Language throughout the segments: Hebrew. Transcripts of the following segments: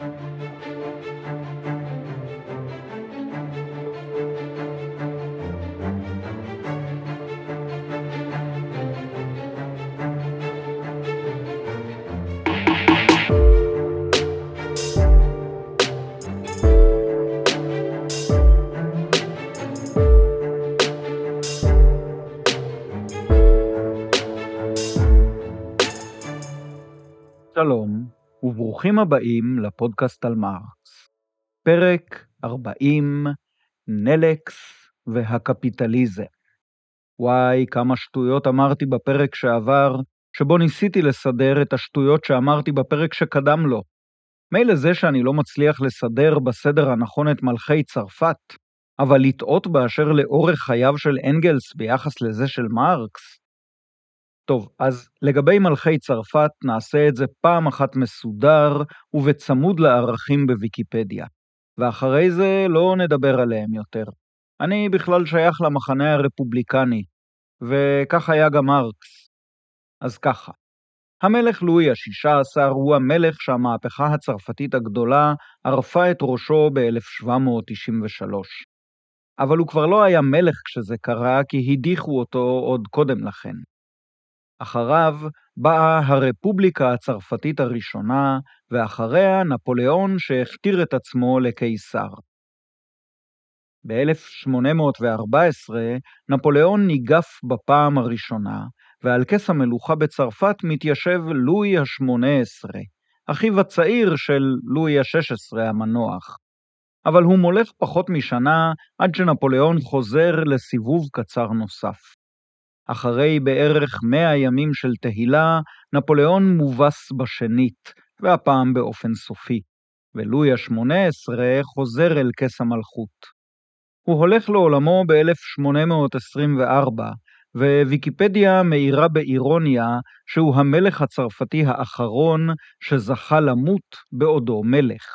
שלום, וברוכים הבאים לפודקאסט על מרקס. פרק 40, נלקס והקפיטליזם. וואי, כמה שטויות אמרתי בפרק שעבר, שבו ניסיתי לסדר את השטויות שאמרתי בפרק שקדם לו. מילא זה שאני לא מצליח לסדר בסדר הנכון את מלכי צרפת, אבל לטעות באשר לאורך חייו של אנגלס ביחס לזה של מרקס, טוב, אז לגבי מלכי צרפת נעשה את זה פעם אחת מסודר ובצמוד לערכים בוויקיפדיה, ואחרי זה לא נדבר עליהם יותר. אני בכלל שייך למחנה הרפובליקני, וכך היה גם מרקס. אז ככה, המלך לואי ה-16 הוא המלך שהמהפכה הצרפתית הגדולה ערפה את ראשו ב-1793. אבל הוא כבר לא היה מלך כשזה קרה, כי הדיחו אותו עוד קודם לכן. אחריו באה הרפובליקה הצרפתית הראשונה, ואחריה נפוליאון שהכתיר את עצמו לקיסר. ב-1814 נפוליאון ניגף בפעם הראשונה, ועל כס המלוכה בצרפת מתיישב לואי ה-18, אחיו הצעיר של לואי ה-16 המנוח. אבל הוא מולך פחות משנה עד שנפוליאון חוזר לסיבוב קצר נוסף. אחרי בערך 100 ימים של תהילה, נפוליאון מובס בשנית, והפעם באופן סופי, ולואי ה-18 חוזר אל כס המלכות. הוא הולך לעולמו ב-1824, וויקיפדיה מאירה באירוניה שהוא המלך הצרפתי האחרון שזכה למות בעודו מלך.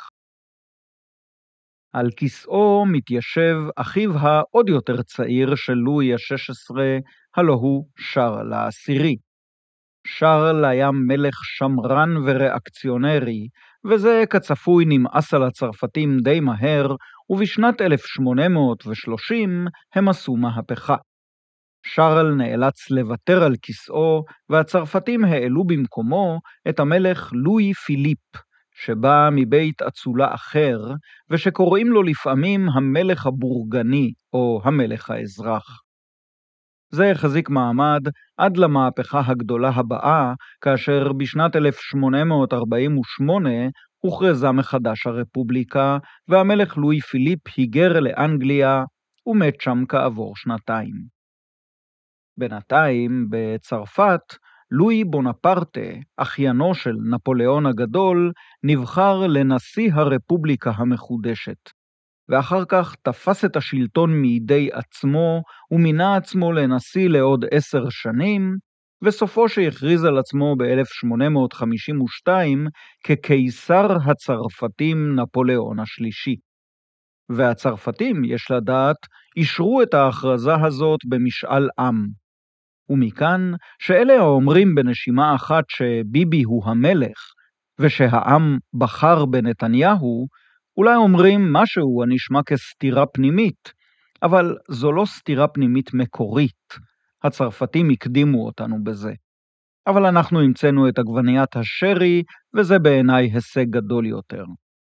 על כיסאו מתיישב אחיו העוד יותר צעיר של לואי ה-16, הלא הוא שרל העשירי. שרל היה מלך שמרן וריאקציונרי, וזה כצפוי נמאס על הצרפתים די מהר, ובשנת 1830 הם עשו מהפכה. שרל נאלץ לוותר על כיסאו, והצרפתים העלו במקומו את המלך לואי פיליפ, שבא מבית אצולה אחר, ושקוראים לו לפעמים המלך הבורגני, או המלך האזרח. זה החזיק מעמד עד למהפכה הגדולה הבאה, כאשר בשנת 1848 הוכרזה מחדש הרפובליקה, והמלך לואי פיליפ היגר לאנגליה, ומת שם כעבור שנתיים. בינתיים, בצרפת, לואי בונפרטה, אחיינו של נפוליאון הגדול, נבחר לנשיא הרפובליקה המחודשת, ואחר כך תפס את השלטון מידי עצמו, ומינה עצמו לנשיא לעוד 10 שנים, וסופו שהכריז על עצמו ב-1852 כקיסר הצרפתים נפוליאון השלישי. והצרפתים, יש לדעת, אישרו את ההכרזה הזאת במשאל עם. ומכאן שאלה האומרים בנשימה אחת שביבי הוא המלך, ושהעם בחר בנתניהו, אולי אומרים משהו הנשמע כסתירה פנימית, אבל זו לא סתירה פנימית מקורית. הצרפתים הקדימו אותנו בזה. אבל אנחנו המצאנו את עגבניית השרי, וזה בעיניי הישג גדול יותר.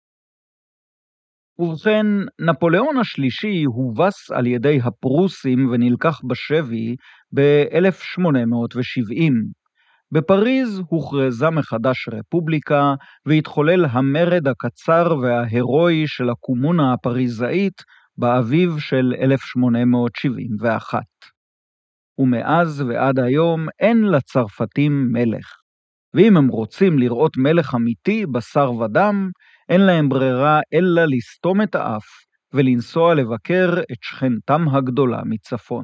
ובכן, נפוליאון השלישי הובס על ידי הפרוסים ונלקח בשבי ב-1870. בפריז הוכרזה מחדש רפובליקה, והתחולל המרד הקצר וההירואי של הקומונה הפריזאית באביב של 1871. ומאז ועד היום אין לצרפתים מלך. ואם הם רוצים לראות מלך אמיתי בשר ודם, אין להם ברירה אלא לסתום את האף ולנסוע לבקר את שכנתם הגדולה מצפון.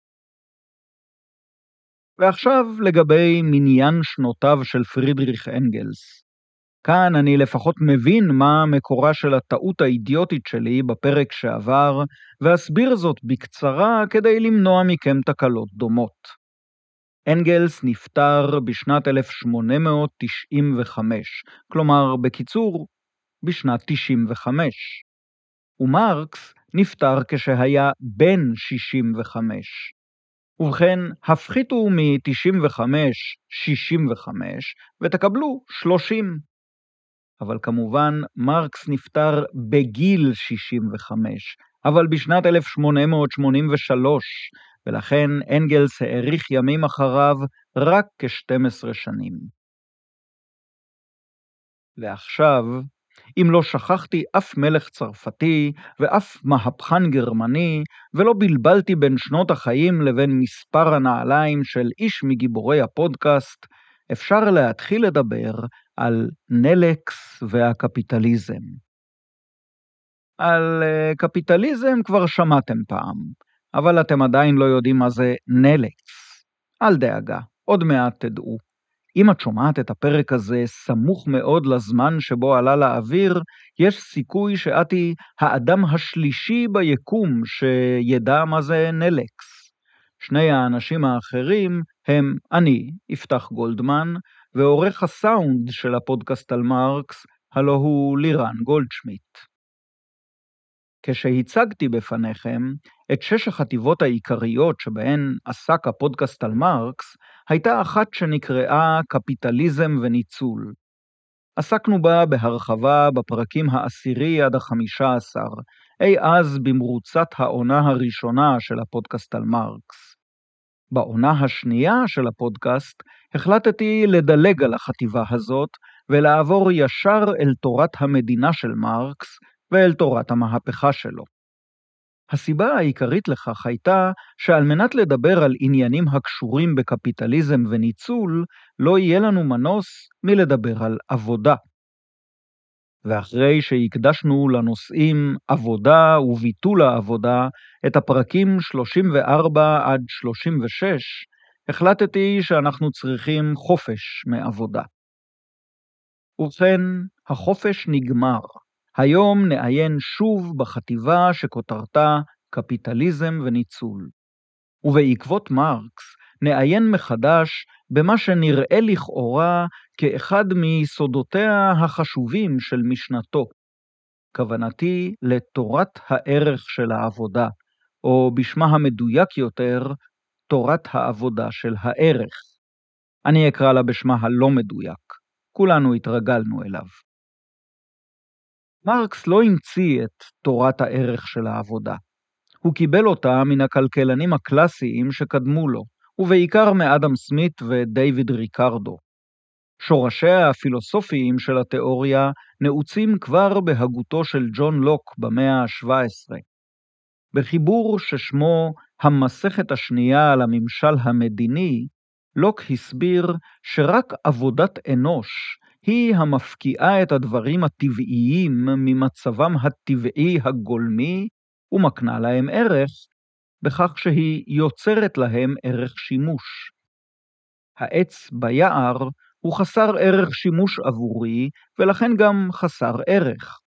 ועכשיו לגבי מניין שנותיו של פרידריך אנגלס. כאן אני לפחות מבין מה מקורה של הטעות האידיוטית שלי בפרק שעבר, ואסביר זאת בקצרה כדי למנוע מכם תקלות דומות. אנגלס נפטר בשנת 1895, כלומר בקיצור, בשנת 95, ומרקס נפטר כשהיה בן 65. ובכן, הפחיתו מ-95, 65, ותקבלו 30. אבל כמובן, מרקס נפטר בגיל 65, אבל בשנת 1883, ולכן אנגלס האריך ימים אחריו רק כ-12 שנים. ועכשיו, אם לא שכחתי אף מלך צרפתי ואף מהפכן גרמני, ולא בלבלתי בין שנות החיים לבין מספר הנעליים של איש מגיבורי הפודקאסט, אפשר להתחיל לדבר על נלקס והקפיטליזם. על קפיטליזם כבר שמעתם פעם, אבל אתם עדיין לא יודעים מה זה נלקס. אל דאגה, עוד מעט תדעו. אם את שומעת את הפרק הזה סמוך מאוד לזמן שבו עלה לאוויר, יש סיכוי שאת היא האדם השלישי ביקום שידע מה זה נלקס. שני האנשים האחרים הם אני, יפתח גולדמן, ועורך הסאונד של הפודקאסט על מרקס, הלא הוא לירן גולדשמיט. כשהצגתי בפניכם את 6 החטיבות העיקריות שבהן עסק הפודקאסט על מרקס, הייתה אחת שנקראה קפיטליזם וניצול. עסקנו בה בהרחבה בפרקים 10 עד 15, אי אז במרוצת העונה הראשונה של הפודקאסט על מרקס. בעונה השנייה של הפודקאסט החלטתי לדלג על החטיבה הזאת ולעבור ישר אל תורת המדינה של מרקס ואל תורת המהפכה שלו. הסיבה העיקרית לכך הייתה שעל מנת לדבר על עניינים הקשורים בקפיטליזם וניצול, לא יהיה לנו מנוס מלדבר על עבודה. ואחרי שהקדשנו לנושאים עבודה וביטול העבודה את הפרקים 34 עד 36, החלטתי שאנחנו צריכים חופש מעבודה. ובכן, החופש נגמר. היום נעיין שוב בחטיבה שכותרתה קפיטליזם וניצול. ובעקבות מרקס נעיין מחדש במה שנראה לכאורה כאחד מיסודותיה החשובים של משנתו. כוונתי לתורת הערך של העבודה, או בשמה המדויק יותר, תורת העבודה של הערך. אני אקרא לה בשמה הלא מדויק. כולנו התרגלנו אליו. מרקס לא המציא את תורת הערך של העבודה. הוא קיבל אותה מן הכלכלנים הקלאסיים שקדמו לו, ובעיקר מאדם סמית ודייוויד ריקרדו. שורשיה הפילוסופיים של התיאוריה נעוצים כבר בהגותו של ג'ון לוק במאה ה-17. בחיבור ששמו המסכת השנייה על הממשל המדיני, לוק הסביר שרק עבודת אנוש היא המפקיעה את הדברים הטבעיים ממצבם הטבעי הגולמי ומקנה להם ערך, בכך שהיא יוצרת להם ערך שימוש. העץ ביער הוא חסר ערך שימוש עבורי, ולכן גם חסר ערך.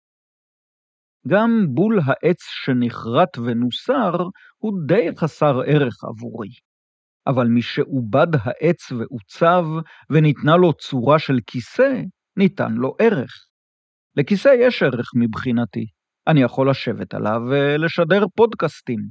גם בול העץ שנחרט ונוסר הוא די חסר ערך עבורי. אבל משעובד העץ ועוצב וניתנה לו צורה של כיסא, ניתן לו ערך. לכיסא יש ערך מבחינתי. אני יכול לשבת עליו ולשדר פודקאסטים.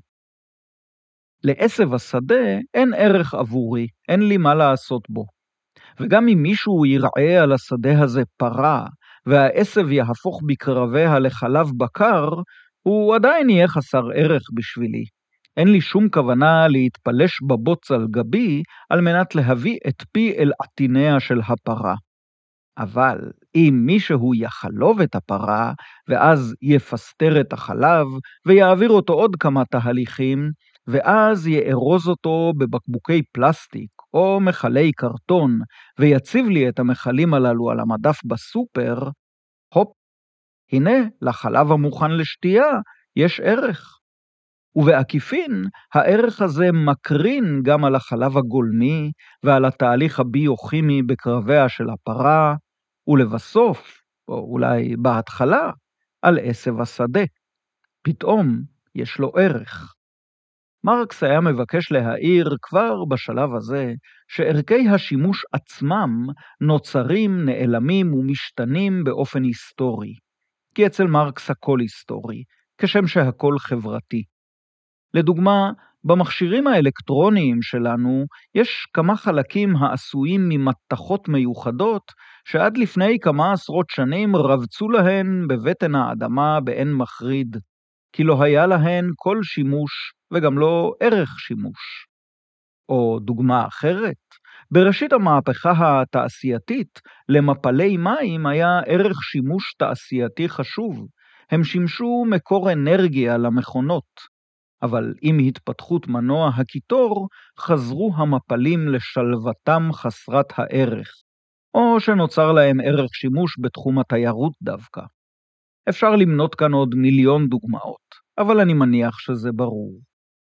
לעשב השדה אין ערך עבורי, אין לי מה לעשות בו. וגם אם מישהו יראה על השדה הזה פרה, והעשב יהפוך בקרביה לחלב בקר, הוא עדיין יהיה חסר ערך בשבילי. אין לי שום כוונה להתפלש בבוץ על גבי, על מנת להביא את פי אל עטיניה של הפרה. אבל אם מישהו יחלוב את הפרה, ואז יפסטר את החלב, ויעביר אותו עוד כמה תהליכים, ואז יארוז אותו בבקבוקי פלסטיק, או מחלי קרטון, ויציב לי את המחלים הללו על המדף בסופר, הופ, הנה, לחלב המוכן לשתייה יש ערך. ובעקיפין, הערך הזה מקרין גם על החלב הגולמי, ועל התהליך הביוכימי בקרביה של הפרה, ולבסוף, או אולי בהתחלה, על עשב השדה. פתאום יש לו ערך. מרקס היה מבקש להעיר כבר בשלב הזה, שערכי השימוש עצמם נוצרים, נעלמים ומשתנים באופן היסטורי. כי אצל מרקס הכל היסטורי, כשם שהכל חברתי. לדוגמה, במכשירים האלקטרוניים שלנו יש כמה חלקים העשויים ממתכות מיוחדות שעד לפני כמה עשרות שנים רבצו להן בבטן האדמה באין מחריד, כי לא היה להן כל שימוש וגם לא ערך שימוש. או דוגמה אחרת, בראשית המהפכה התעשייתית למפלי מים היה ערך שימוש תעשייתי חשוב. הם שימשו מקור אנרגיה למכונות. אבל עם התפתחות מנוע הקיטור, חזרו המפלים לשלוותם חסרת הערך, או שנוצר להם ערך שימוש בתחום התיירות דווקא. אפשר למנות כאן עוד מיליון דוגמאות, אבל אני מניח שזה ברור.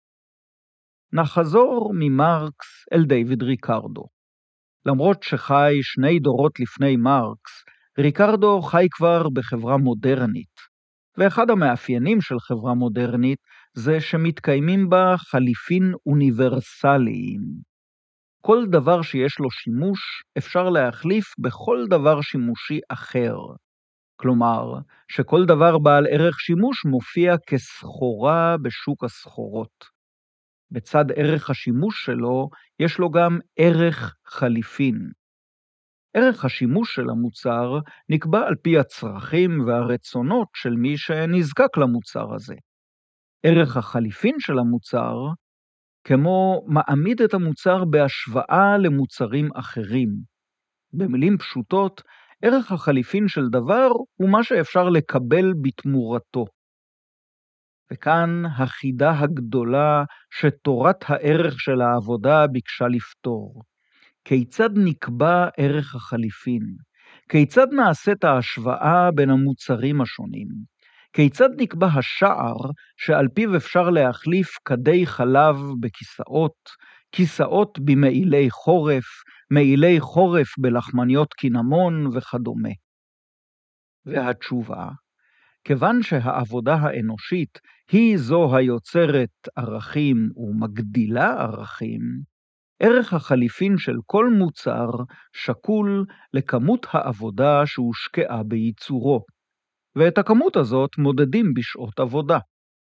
נחזור ממרקס אל דיוויד ריקרדו. למרות שחי 2 דורות לפני מרקס, ריקרדו חי כבר בחברה מודרנית. ואחד המאפיינים של חברה מודרנית זה שמתקיימים בה חליפין אוניברסליים. כל דבר שיש לו שימוש אפשר להחליף בכל דבר שימושי אחר. כלומר, שכל דבר בעל ערך שימוש מופיע כסחורה בשוק הסחורות. בצד ערך השימוש שלו יש לו גם ערך חליפין. ערך השימוש של המוצר נקבע על פי הצרכים והרצונות של מי שנזקק למוצר הזה. ערך החליפין של המוצר, כמו מעמיד את המוצר בהשוואה למוצרים אחרים. במילים פשוטות, ערך החליפין של דבר הוא מה שאפשר לקבל בתמורתו. וכאן החידה הגדולה שתורת הערך של העבודה ביקשה לפתור. כיצד נקבע ערך החליפין? כיצד נעשית ההשוואה בין המוצרים השונים? כיצד נקבע השער שעל פיו אפשר להחליף כדי חלב בכיסאות, כיסאות במעילי חורף, מעילי חורף בלחמניות קינמון וכדומה? והתשובה, כיוון שהעבודה האנושית היא זו היוצרת ערכים ומגדילה ערכים, ערך החליפין של כל מוצר שקול לכמות העבודה שהושקעה בייצורו, ואת הכמות הזאת מודדים בשעות עבודה.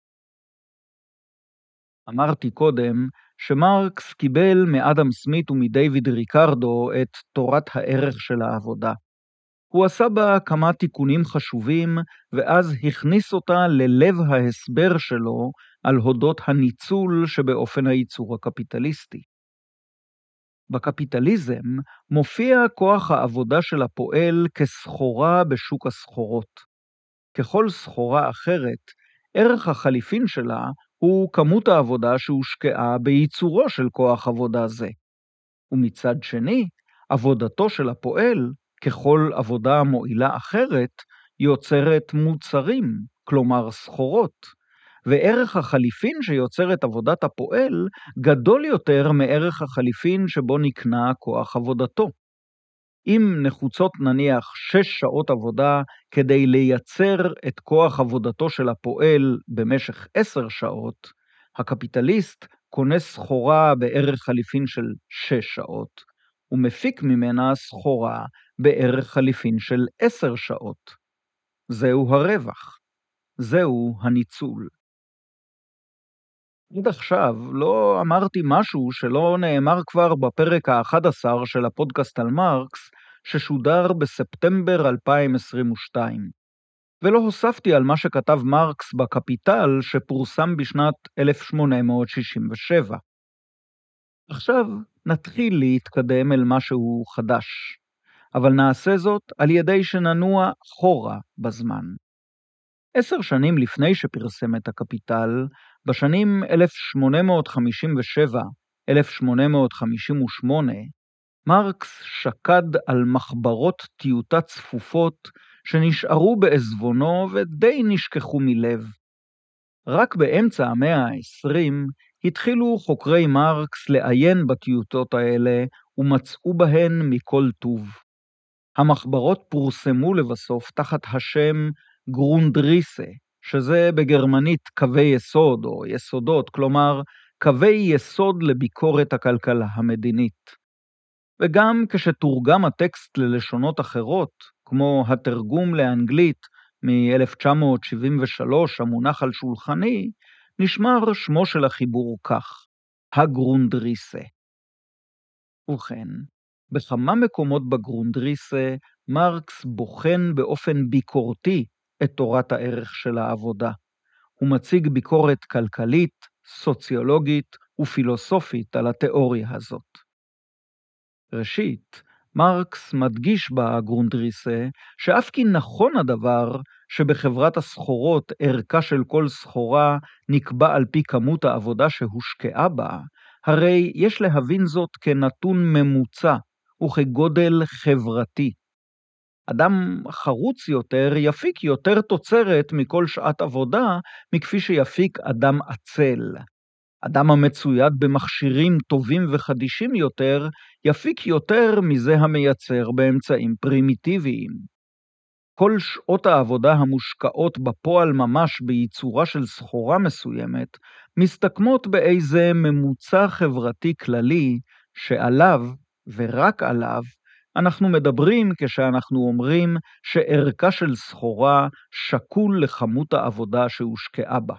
אמרתי קודם שמרקס קיבל מאדם סמית ומדיוויד ריקרדו את תורת הערך של העבודה. הוא עשה בה כמה תיקונים חשובים, ואז הכניס אותה ללב ההסבר שלו על הודות הניצול שבאופן הייצור הקפיטליסטי. בקפיטליזם מופיע כוח העבודה של הפועל כסחורה בשוק הסחורות. ככל סחורה אחרת, ערך החליפין שלה הוא כמות העבודה שהושקעה בייצורו של כוח עבודה זה. ומצד שני, עבודתו של הפועל, ככל עבודה מועילה אחרת, יוצרת מוצרים, כלומר סחורות. וערך החליפין שיוצר את עבודת הפועל גדול יותר מערך החליפין שבו נקנה כוח עבודתו. אם נחוצות נניח 6 שעות עבודה כדי לייצר את כוח עבודתו של הפועל במשך 10 שעות, הקפיטליסט קונה סחורה בערך חליפין של 6 שעות, ומפיק ממנה סחורה בערך חליפין של 10 שעות. זהו הרווח. זהו הניצול. עד עכשיו לא אמרתי משהו שלא נאמר כבר בפרק ה-11 של הפודקאסט על מרקס, ששודר בספטמבר 2022. ולא הוספתי על מה שכתב מרקס בקפיטל שפורסם בשנת 1867. עכשיו נתחיל להתקדם אל משהו חדש, אבל נעשה זאת על ידי שננוע אחורה בזמן. 10 שנים לפני שפרסם את הקפיטל, בשנים 1857-1858, מרקס שקד על מחברות טיוטה צפופות שנשארו בעזבונו ודי נשכחו מלב. רק באמצע המאה ה-20 התחילו חוקרי מרקס לעיין בטיוטות האלה ומצאו בהן מכל טוב. המחברות פורסמו לבסוף תחת השם גרונדריסה, שזה בגרמנית קווי יסוד או יסודות, כלומר קווי יסוד לביקורת הכלכלה המדינית. וגם כשתורגם הטקסט ללשונות אחרות, כמו התרגום לאנגלית מ-1973 המונח על שולחני, נשמר שמו של החיבור כך, הגרונדריסה. ובכן, בכמה מקומות בגרונדריסה, מרקס בוחן באופן ביקורתי את תורת הערך של העבודה. הוא מציג ביקורת כלכלית, סוציולוגית ופילוסופית על התיאוריה הזאת. ראשית, מרקס מדגיש בגרונדריסה שאף כי נכון הדבר שבחברת הסחורות ערכה של כל סחורה נקבע על פי כמות העבודה שהושקעה בה, הרי יש להבין זאת כנתון ממוצע וכגודל חברתי. אדם חרוץ יותר יפיק יותר תוצרת מכל שעת עבודה מכפי שיפיק אדם עצל. אדם המצויד במכשירים טובים וחדישים יותר, יפיק יותר מזה המייצר באמצעים פרימיטיביים. כל שעות העבודה המושקעות בפועל ממש בייצורה של סחורה מסוימת, מסתכמות באיזה ממוצע חברתי כללי, שעליו, ורק עליו, אנחנו מדברים כשאנחנו אומרים שערכה של סחורה שקול לכמות העבודה שהושקעה בה.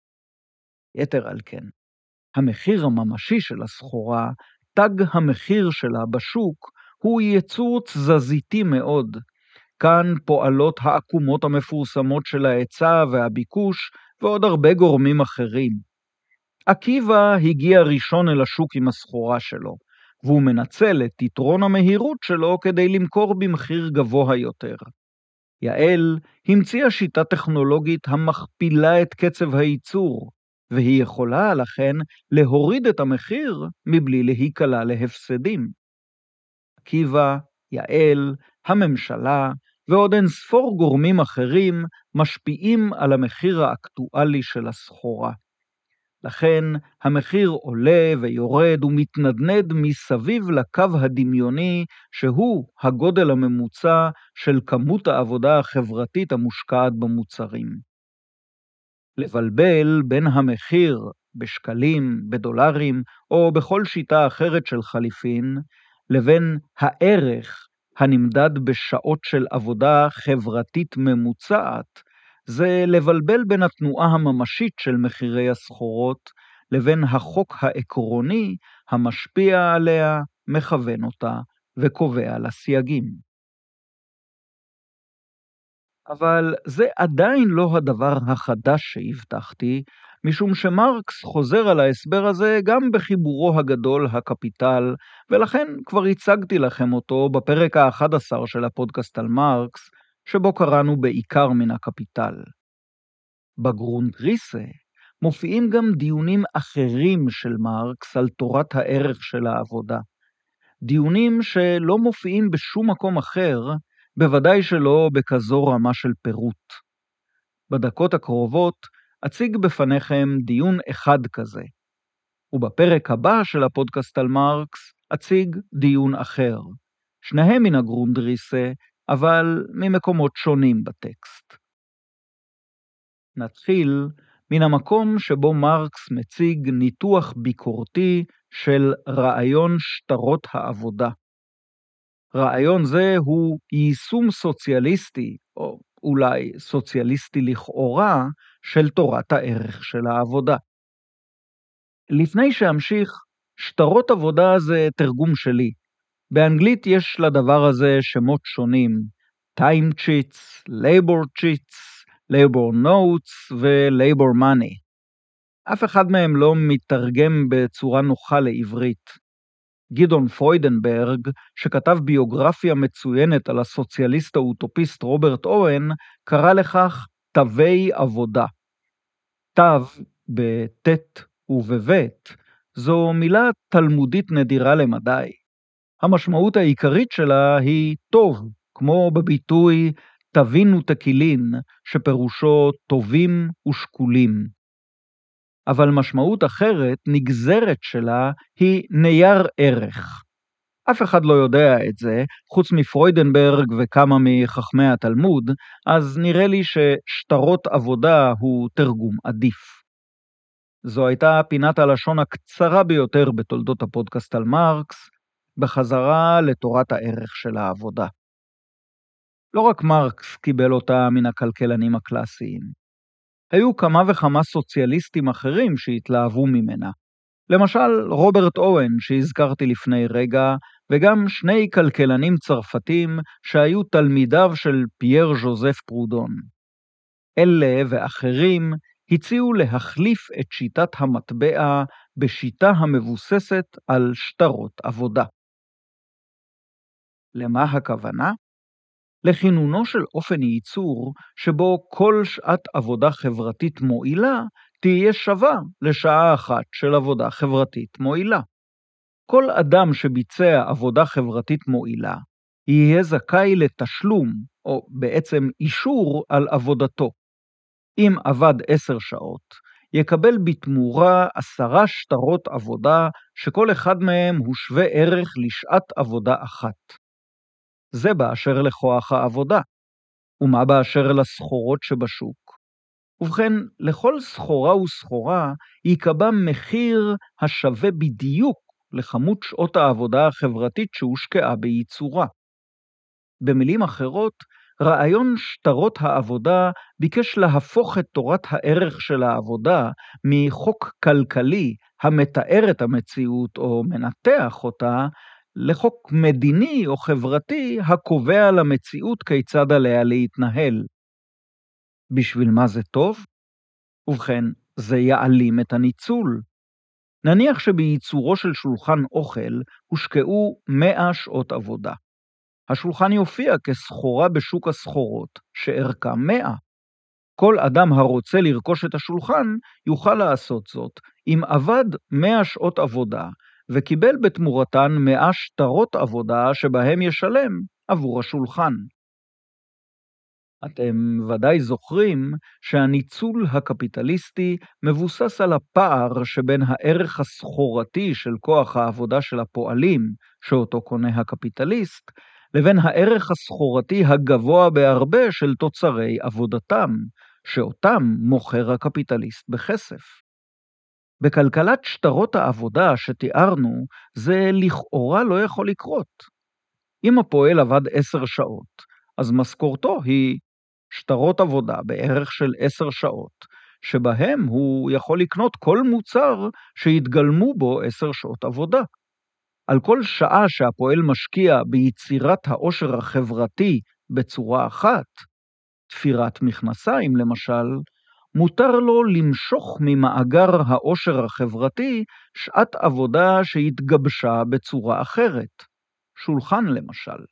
יתר על כן, המחיר הממשי של הסחורה, תג המחיר שלה בשוק, הוא יצור תזזיתי מאוד. כאן פועלות העקומות המפורסמות של ההיצע והביקוש ועוד הרבה גורמים אחרים. עקיבא הגיע ראשון אל השוק עם הסחורה שלו, והוא מנצל את יתרון המהירות שלו כדי למכור במחיר גבוה יותר. יעל המציאה שיטה טכנולוגית המכפילה את קצב הייצור, והיא יכולה לכן להוריד את המחיר מבלי להיקלע להפסדים. עקיבא, יעל, הממשלה ועוד אין ספור גורמים אחרים משפיעים על המחיר האקטואלי של הסחורה. לכן המחיר עולה ויורד ומתנדנד מסביב לקו הדמיוני שהוא הגודל הממוצע של כמות העבודה החברתית המושקעת במוצרים. לבלבל בין המחיר בשקלים, בדולרים או בכל שיטה אחרת של חליפין, לבין הערך הנמדד בשעות של עבודה חברתית ממוצעת, זה לבלבל בין התנועה הממשית של מחירי הסחורות לבין החוק העקרוני המשפיע עליה, מכוון אותה וקובע לה סייגים. אבל זה עדיין לא הדבר החדש שהבטחתי, משום שמרקס חוזר על ההסבר הזה גם בחיבורו הגדול הקפיטל, ולכן כבר הצגתי לכם אותו בפרק ה-11 של הפודקאסט על מרקס, שבו קראנו בעיקר מן הקפיטל. בגרונדריסה מופיעים גם דיונים אחרים של מרקס על תורת הערך של העבודה. דיונים שלא מופיעים בשום מקום אחר, בוודאי שלא בכזו רמה של פירוט. בדקות הקרובות אציג בפניכם דיון אחד כזה, ובפרק הבא של הפודקאסט על מרקס אציג דיון אחר, שניהם מן הגרונדריסה, אבל ממקומות שונים בטקסט. נתחיל מן המקום שבו מרקס מציג ניתוח ביקורתי של רעיון שטרות העבודה. רעיון זה הוא יישום סוציאליסטי, או אולי סוציאליסטי לכאורה, של תורת הערך של העבודה. לפני שאמשיך, שטרות עבודה זה תרגום שלי. באנגלית יש לדבר הזה שמות שונים, time sheets, labor sheets, labor notes ו-labor money. אף אחד מהם לא מתרגם בצורה נוחה לעברית. גדעון פרוידנברג, שכתב ביוגרפיה מצוינת על הסוציאליסט האוטופיסט רוברט אוהן, קרא לכך תווי עבודה. תו בתת ובבית זו מילה תלמודית נדירה למדי. המשמעות העיקרית שלה היא טוב, כמו בביטוי תבינו תקילין, שפירושו טובים ושקולים. אבל משמעות אחרת, נגזרת שלה, היא נייר ערך. אף אחד לא יודע את זה, חוץ מפרוידנברג וכמה מחכמי התלמוד, אז נראה לי ששטרות עבודה הוא תרגום עדיף. זו הייתה פינת הלשון הקצרה ביותר בתולדות הפודקאסט על מרקס, בחזרה לתורת הערך של העבודה. לא רק מרקס קיבל אותה מן הכלכלנים הקלאסיים. היו כמה וכמה סוציאליסטים אחרים שהתלהבו ממנה. למשל, רוברט אוהן שהזכרתי לפני רגע, וגם שני כלכלנים צרפתים שהיו תלמידיו של פייר ז'וזף פרודון. אלה ואחרים הציעו להחליף את שיטת המטבע בשיטה המבוססת על שטרות עבודה. למה הכוונה? לכינונו של אופן ייצור שבו כל שעת עבודה חברתית מועילה תהיה שווה לשעה אחת של עבודה חברתית מועילה. כל אדם שביצע עבודה חברתית מועילה יהיה זכאי לתשלום, או בעצם אישור על עבודתו. אם עבד 10 שעות, יקבל בתמורה 10 שטרות עבודה שכל אחד מהם הוא שווה ערך לשעת עבודה אחת. זה באשר לכוח העבודה. ומה באשר לסחורות שבשוק? ובכן, לכל סחורה וסחורה ייקבע מחיר השווה בדיוק לכמות שעות העבודה החברתית שהושקעה בייצורה. במילים אחרות, רעיון שטרות העבודה ביקש להפוך את תורת הערך של העבודה מחוק כלכלי המתאר את המציאות או מנתח אותה, לחוק מדיני או חברתי הקובע למציאות כיצד עליה להתנהל. בשביל מה זה טוב? ובכן, זה יעלים את הניצול. נניח שבייצורו של שולחן אוכל הושקעו 100 שעות עבודה. השולחן יופיע כסחורה בשוק הסחורות, שערכה 100. כל אדם הרוצה לרכוש את השולחן יוכל לעשות זאת אם עבד 100 שעות עבודה, וקיבל בתמורתן 100 שטרות עבודה שבהם ישלם עבור השולחן. אתם ודאי זוכרים שהניצול הקפיטליסטי מבוסס על הפער שבין הערך הסחורתי של כוח העבודה של הפועלים, שאותו קונה הקפיטליסט, לבין הערך הסחורתי הגבוה בהרבה של תוצרי עבודתם, שאותם מוכר הקפיטליסט בכסף. בכלכלת שטרות העבודה שתיארנו, זה לכאורה לא יכול לקרות. אם הפועל עבד 10 שעות, אז משכורתו היא שטרות עבודה בערך של 10 שעות, שבהם הוא יכול לקנות כל מוצר שיתגלמו בו 10 שעות עבודה. על כל שעה שהפועל משקיע ביצירת העושר החברתי בצורה אחת, תפירת מכנסיים למשל, מותר לו למשוך ממאגר העושר החברתי שעת עבודה שהתגבשה בצורה אחרת, שולחן למשל.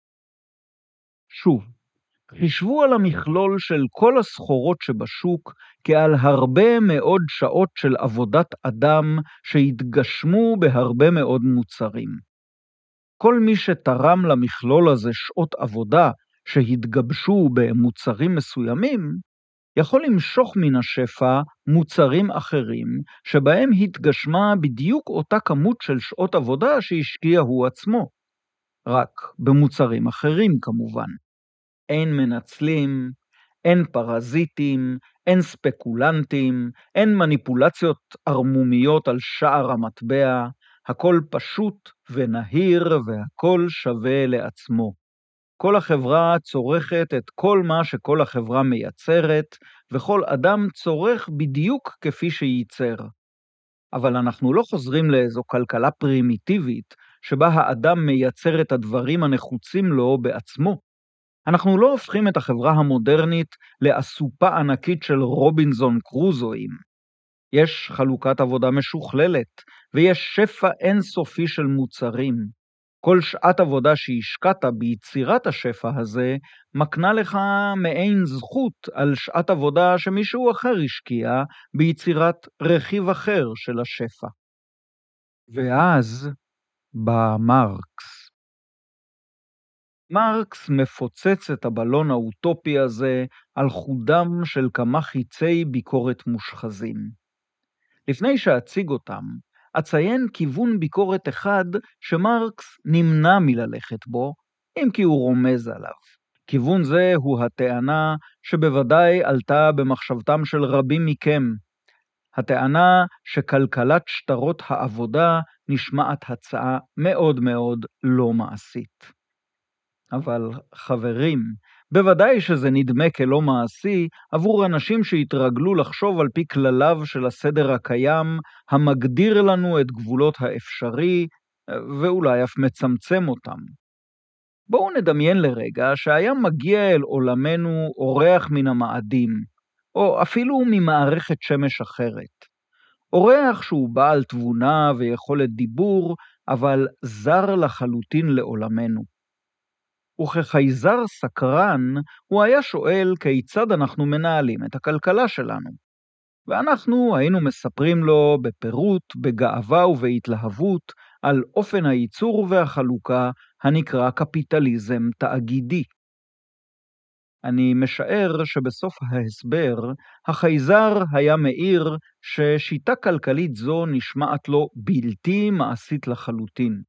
שוב, חישבו על המכלול של כל הסחורות שבשוק כעל הרבה מאוד שעות של עבודת אדם שהתגשמו בהרבה מאוד מוצרים. כל מי שתרם למכלול הזה שעות עבודה שהתגבשו במוצרים מסוימים, יכול למשוך מן השפע מוצרים אחרים שבהם התגשמה בדיוק אותה כמות של שעות עבודה שהשקיע הוא עצמו, רק במוצרים אחרים כמובן. אין מנצלים, אין פרזיטים, אין ספקולנטים, אין מניפולציות ערמומיות על שער המטבע, הכל פשוט ונהיר והכל שווה לעצמו. כל החברה צורכת את כל מה שכל החברה מייצרת, וכל אדם צורך בדיוק כפי שייצר. אבל אנחנו לא חוזרים לאיזו כלכלה פרימיטיבית, שבה האדם מייצר את הדברים הנחוצים לו בעצמו. אנחנו לא הופכים את החברה המודרנית לאסופה ענקית של רובינזון קרוזואים. יש חלוקת עבודה משוכללת, ויש שפע אינסופי של מוצרים. כל שעת עבודה שהשקעת ביצירת השפע הזה, מקנה לך מעין זכות על שעת עבודה שמישהו אחר השקיע ביצירת רכיב אחר של השפע. ואז בא מרקס. מרקס מפוצץ את הבלון האוטופי הזה על חודם של כמה חיצי ביקורת מושחזים. לפני שאציג אותם, אציין כיוון ביקורת אחד שמרקס נמנע מללכת בו, אם כי הוא רומז עליו. כיוון זה הוא הטענה שבוודאי עלתה במחשבתם של רבים מכם. הטענה שכלכלת שטרות העבודה נשמעת הצעה מאוד מאוד לא מעשית. אבל חברים, בוודאי שזה נדמה כלא מעשי עבור אנשים שהתרגלו לחשוב על פי כלליו של הסדר הקיים, המגדיר לנו את גבולות האפשרי, ואולי אף מצמצם אותם. בואו נדמיין לרגע שהיה מגיע אל עולמנו אורח מן המאדים, או אפילו ממערכת שמש אחרת. אורח שהוא בעל תבונה ויכולת דיבור, אבל זר לחלוטין לעולמנו. וכחייזר סקרן, הוא היה שואל כיצד אנחנו מנהלים את הכלכלה שלנו. ואנחנו היינו מספרים לו בפירוט, בגאווה ובהתלהבות, על אופן הייצור והחלוקה הנקרא קפיטליזם תאגידי. אני משער שבסוף ההסבר, החייזר היה מאיר ששיטה כלכלית זו נשמעת לו בלתי מעשית לחלוטין.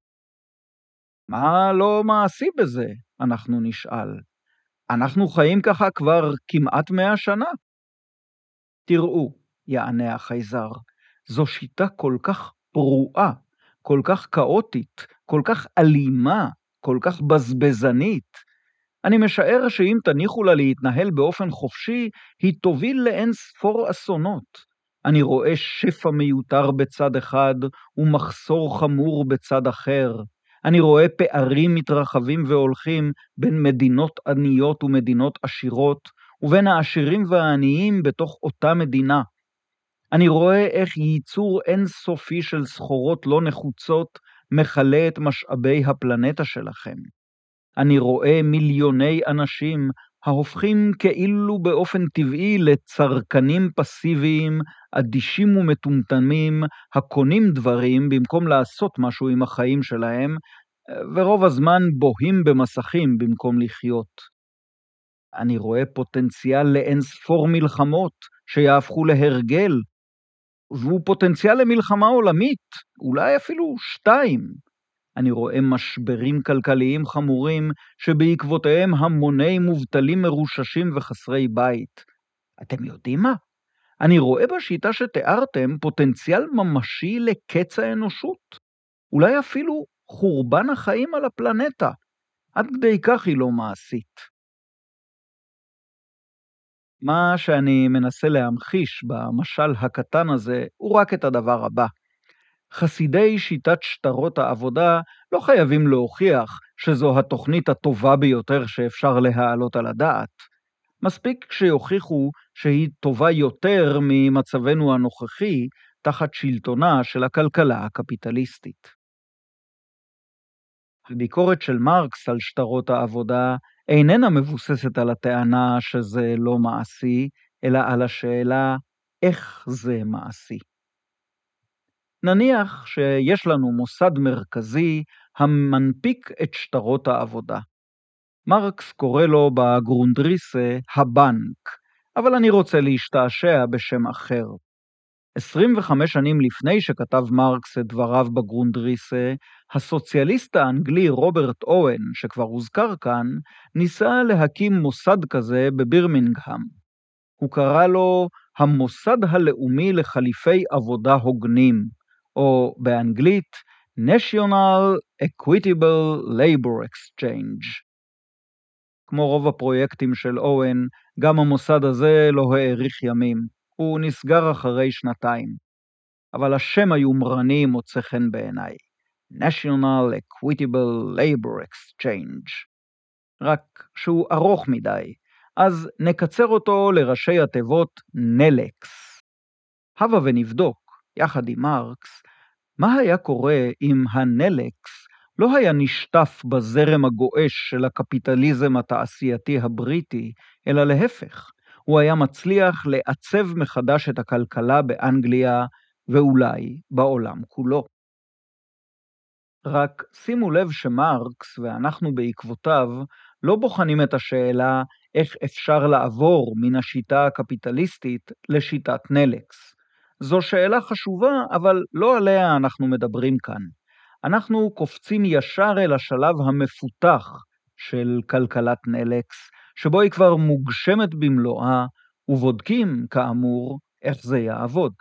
מה לא מעשי בזה? אנחנו נשאל. אנחנו חיים ככה כבר כמעט 100 שנה. תראו, יענה החייזר, זו שיטה כל כך פרועה, כל כך כאוטית, כל כך אלימה, כל כך בזבזנית. אני משער שאם תניחו לה להתנהל באופן חופשי, היא תוביל לאין ספור אסונות. אני רואה שפע מיותר בצד אחד ומחסור חמור בצד אחר. אני רואה פערים מתרחבים והולכים בין מדינות עניות ומדינות עשירות, ובין העשירים והעניים בתוך אותה מדינה. אני רואה איך ייצור אינסופי של סחורות לא נחוצות מכלה את משאבי הפלנטה שלכם. אני רואה מיליוני אנשים ההופכים כאילו באופן טבעי לצרכנים פסיביים, אדישים ומטומטמים, הקונים דברים במקום לעשות משהו עם החיים שלהם, ורוב הזמן בוהים במסכים במקום לחיות. אני רואה פוטנציאל לאין ספור מלחמות שיהפכו להרגל, והוא פוטנציאל למלחמה עולמית, אולי אפילו 2. אני רואה משברים כלכליים חמורים שבעקבותיהם המוני מובטלים מרוששים וחסרי בית. אתם יודעים מה? אני רואה בשיטה שתיארתם פוטנציאל ממשי לקץ האנושות. אולי אפילו חורבן החיים על הפלנטה. עד כדי כך היא לא מעשית. מה שאני מנסה להמחיש במשל הקטן הזה הוא רק את הדבר הבא. חסידי שיטת שטרות העבודה לא חייבים להוכיח שזו התוכנית הטובה ביותר שאפשר להעלות על הדעת. מספיק שיוכיחו שהיא טובה יותר ממצבנו הנוכחי תחת שלטונה של הכלכלה הקפיטליסטית. הביקורת של מרקס על שטרות העבודה איננה מבוססת על הטענה שזה לא מעשי, אלא על השאלה איך זה מעשי. נניח שיש לנו מוסד מרכזי המנפיק את שטרות העבודה. מרקס קורא לו בגרונדריסה הבנק, אבל אני רוצה להשתעשע בשם אחר. 25 שנים לפני שכתב מרקס את דבריו בגרונדריסה, הסוציאליסט האנגלי רוברט אוון, שכבר הוזכר כאן, ניסה להקים מוסד כזה בבירמינגהם. הוא קרא לו המוסד הלאומי לחליפי עבודה הוגנים, או באנגלית National Equitable Labor Exchange. כמו רוב הפרויקטים של אוון, גם המוסד הזה לא האריך ימים. הוא נסגר אחרי 2 אבל השם היומרני מוצא חן בעיניי. National Equitable Labor Exchange. רק שהוא ארוך מדי, אז נקצר אותו לראשי התיבות נלקס. הבה ונבדוק, יחד עם מרקס, מה היה קורה אם הנלקס לא היה נשטף בזרם הגועש של הקפיטליזם התעשייתי הבריטי, אלא להפך, הוא היה מצליח לעצב מחדש את הכלכלה באנגליה ואולי בעולם כולו. רק שימו לב שמרקס ואנחנו בעקבותיו לא בוחנים את השאלה איך אפשר לעבור מן השיטה הקפיטליסטית לשיטת נלקס. זו שאלה חשובה, אבל לא עליה אנחנו מדברים כאן. אנחנו קופצים ישר אל השלב המפותח של כלכלת נלקס, שבו היא כבר מוגשמת במלואה, ובודקים, כאמור, איך זה יעבוד.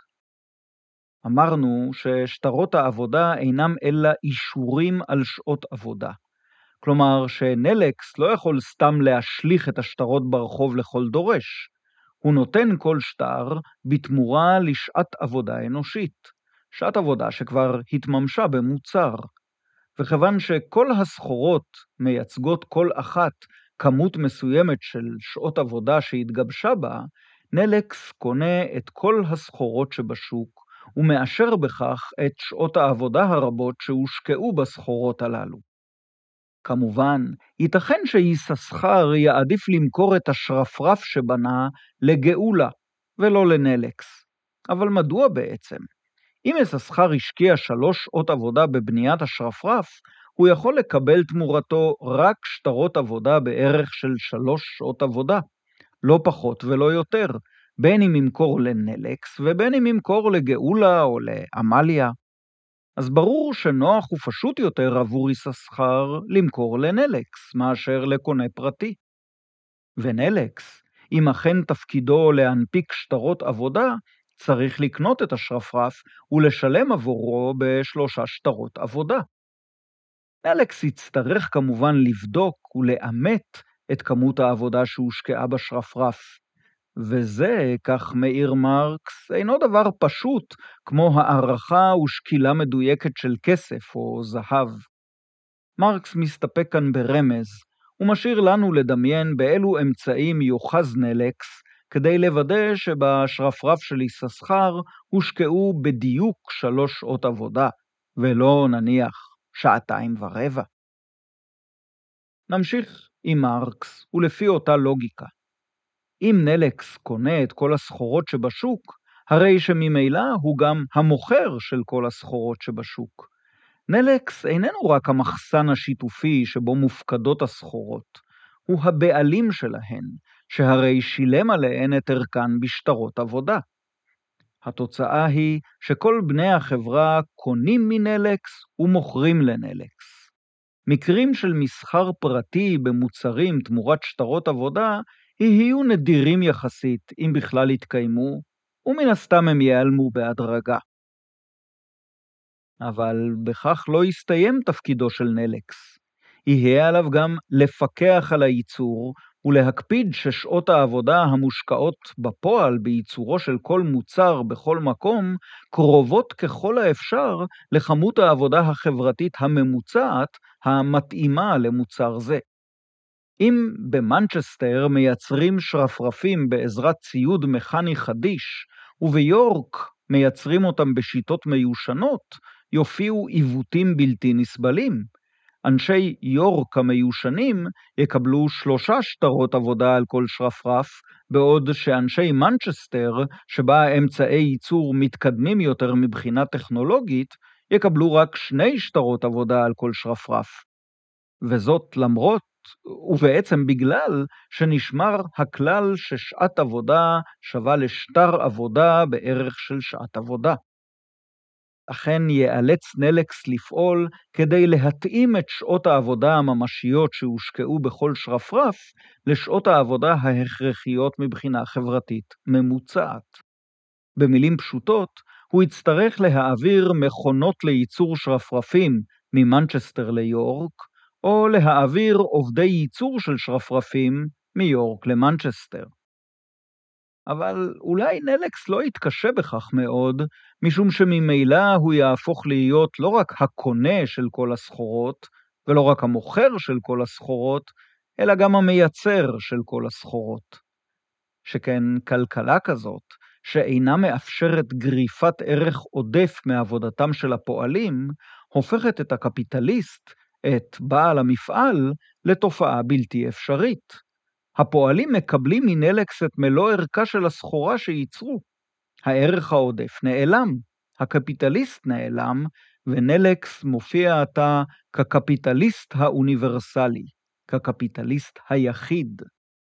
אמרנו ששטרות העבודה אינם אלא אישורים על שעות עבודה. כלומר שנלקס לא יכול סתם להשליך את השטרות ברחוב לכל דורש. הוא נותן כל שטר בתמורה לשעת עבודה אנושית, שעת עבודה שכבר התממשה במוצר. וכיוון שכל הסחורות מייצגות כל אחת כמות מסוימת של שעות עבודה שהתגבשה בה, נלקס קונה את כל הסחורות שבשוק, ומאשר בכך את שעות העבודה הרבות שהושקעו בסחורות הללו. כמובן, ייתכן שיששכר יעדיף למכור את השרפרף שבנה לגאולה, ולא לנלקס. אבל מדוע בעצם? אם יששכר השקיע 3 שעות עבודה בבניית השרפרף, הוא יכול לקבל תמורתו רק שטרות עבודה בערך של 3 שעות עבודה, לא פחות ולא יותר, בין אם ימכור לנלקס ובין אם ימכור לגאולה או לאמליה. אז ברור שנוח ופשוט יותר עבור יששכר למכור לנלקס מאשר לקונה פרטי. ונלקס, אם אכן תפקידו להנפיק שטרות עבודה, צריך לקנות את השרפרף ולשלם עבורו ב3 שטרות עבודה. נלקס יצטרך כמובן לבדוק ולאמת את כמות העבודה שהושקעה בשרפרף, וזה, כך מאיר מרקס, אינו דבר פשוט כמו הערכה ושקילה מדויקת של כסף או זהב. מרקס מסתפק כאן ברמז, ומשאיר לנו לדמיין באילו אמצעים יוחז נלקס, כדי לוודא שבשרפרף של יששכר הושקעו בדיוק 3 שעות עבודה, ולא נניח 2.25 שעות. נמשיך עם מרקס, ולפי אותה לוגיקה. אם נלקס קונה את כל הסחורות שבשוק, הרי שממילא הוא גם המוכר של כל הסחורות שבשוק. נלקס איננו רק המחסן השיתופי שבו מופקדות הסחורות, הוא הבעלים שלהן, שהרי שילם עליהן את ערכן בשטרות עבודה. התוצאה היא שכל בני החברה קונים מנלקס ומוכרים לנלקס. מקרים של מסחר פרטי במוצרים תמורת שטרות עבודה יהיו נדירים יחסית אם בכלל יתקיימו, ומן הסתם הם ייעלמו בהדרגה. אבל בכך לא יסתיים תפקידו של נלקס. יהיה עליו גם לפקח על הייצור ולהקפיד ששעות העבודה המושקעות בפועל בייצורו של כל מוצר בכל מקום קרובות ככל האפשר לכמות העבודה החברתית הממוצעת המתאימה למוצר זה. אם במנצ'סטר מייצרים שרפרפים בעזרת ציוד מכני חדיש, וביורק מייצרים אותם בשיטות מיושנות, יופיעו עיוותים בלתי נסבלים. אנשי יורק המיושנים יקבלו 3 שטרות עבודה על כל שרפרף, בעוד שאנשי מנצ'סטר, שבה אמצעי ייצור מתקדמים יותר מבחינה טכנולוגית, יקבלו רק 2 שטרות עבודה על כל שרפרף. וזאת למרות, ובעצם בגלל, שנשמר הכלל ששעת עבודה שווה לשטר עבודה בערך של שעת עבודה. אכן ייאלץ נלקס לפעול כדי להתאים את שעות העבודה הממשיות שהושקעו בכל שרפרף לשעות העבודה ההכרחיות מבחינה חברתית ממוצעת. במילים פשוטות, הוא יצטרך להעביר מכונות לייצור שרפרפים ממנצ'סטר ליורק, או להעביר עובדי ייצור של שרפרפים מיורק למנצ'סטר. אבל אולי נלקס לא יתקשה בכך מאוד, משום שממילא הוא יהפוך להיות לא רק הקונה של כל הסחורות, ולא רק המוכר של כל הסחורות, אלא גם המייצר של כל הסחורות. שכן כלכלה כזאת, שאינה מאפשרת גריפת ערך עודף מעבודתם של הפועלים, הופכת את הקפיטליסט, את בעל המפעל, לתופעה בלתי אפשרית. הפועלים מקבלים מנלקס את מלוא ערכה של הסחורה שייצרו. הערך העודף נעלם, הקפיטליסט נעלם, ונלקס מופיע עתה כקפיטליסט האוניברסלי, כקפיטליסט היחיד.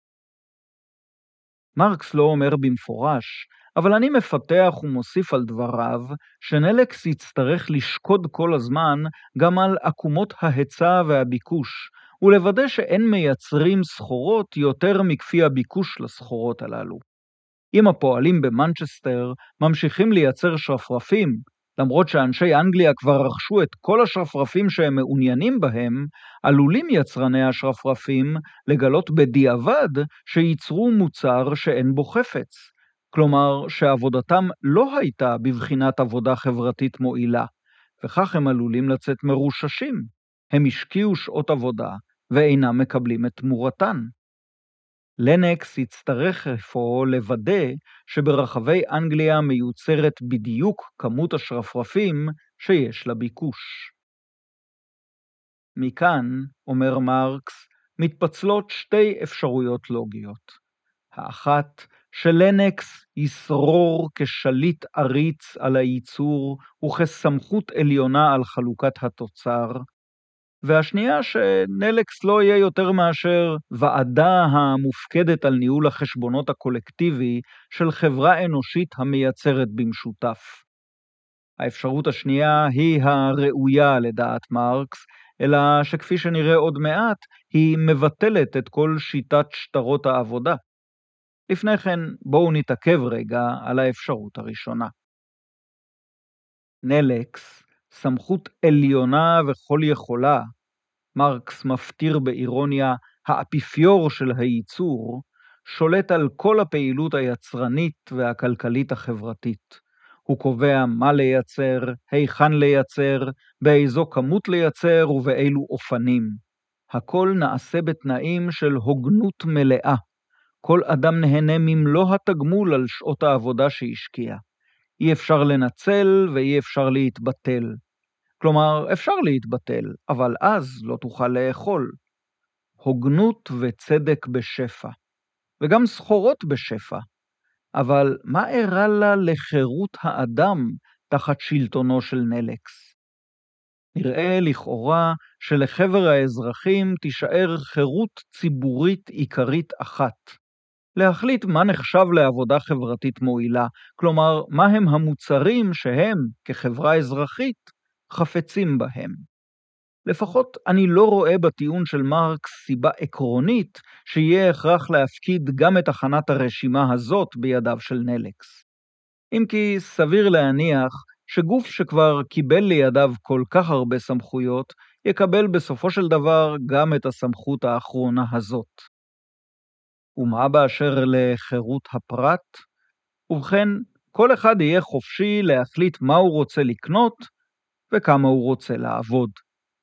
מרקס לא אומר במפורש, אבל אני מפתח ומוסיף על דבריו, שנלקס יצטרך לשקוד כל הזמן גם על עקומות ההיצע והביקוש, ולוודא שאין מייצרים סחורות יותר מכפי הביקוש לסחורות הללו. אם הפועלים במנצ'סטר ממשיכים לייצר שרפרפים, למרות שאנשי אנגליה כבר רכשו את כל השרפרפים שהם מעוניינים בהם, עלולים יצרני השרפרפים לגלות בדיעבד שייצרו מוצר שאין בו חפץ. כלומר, שעבודתם לא הייתה בבחינת עבודה חברתית מועילה, וכך הם עלולים לצאת מרוששים. הם השקיעו שעות עבודה ואינם מקבלים את תמורתן. לינקס יצטרך אפוא לוודא שברחבי אנגליה מיוצרת בדיוק כמות השרפרפים שיש לה ביקוש. מכאן, אומר מרקס, מתפצלות שתי אפשרויות לוגיות. האחת, שלינקס ישרור כשליט עריץ על הייצור וכסמכות עליונה על חלוקת התוצר, והשנייה שנלקס לא יהיה יותר מאשר ועדה המופקדת על ניהול החשבונות הקולקטיבי של חברה אנושית המייצרת במשותף. האפשרות השנייה היא הראויה לדעת מרקס, אלא שכפי שנראה עוד מעט, היא מבטלת את כל שיטת שטרות העבודה. לפני כן בואו נתעכב רגע על האפשרות הראשונה. נלקס, סמכות עליונה וכל יכולה, מרקס מפתיר באירוניה, האפיפיור של הייצור, שולט על כל הפעילות היצרנית והכלכלית החברתית. הוא קובע מה לייצר, היכן לייצר, באיזו כמות לייצר ובאילו אופנים. הכל נעשה בתנאים של הוגנות מלאה. כל אדם נהנה ממלוא התגמול על שעות העבודה שהשקיע. אי אפשר לנצל ואי אפשר להתבטל. כלומר, אפשר להתבטל, אבל אז לא תוכל לאכול. הוגנות וצדק בשפע, וגם סחורות בשפע. אבל מה אירע לה לחירות האדם תחת שלטונו של נלקס? נראה לכאורה שלחבר האזרחים תישאר חירות ציבורית עיקרית אחת. להחליט מה נחשב לעבודה חברתית מועילה, כלומר, מה הם המוצרים שהם, כחברה אזרחית, חפצים בהם. לפחות אני לא רואה בטיעון של מרקס סיבה עקרונית שיהיה הכרח להפקיד גם את הכנת הרשימה הזאת בידיו של נלקס. אם כי סביר להניח שגוף שכבר קיבל לידיו כל כך הרבה סמכויות, יקבל בסופו של דבר גם את הסמכות האחרונה הזאת. ומה באשר לחירות הפרט? ובכן, כל אחד יהיה חופשי להחליט מה הוא רוצה לקנות וכמה הוא רוצה לעבוד.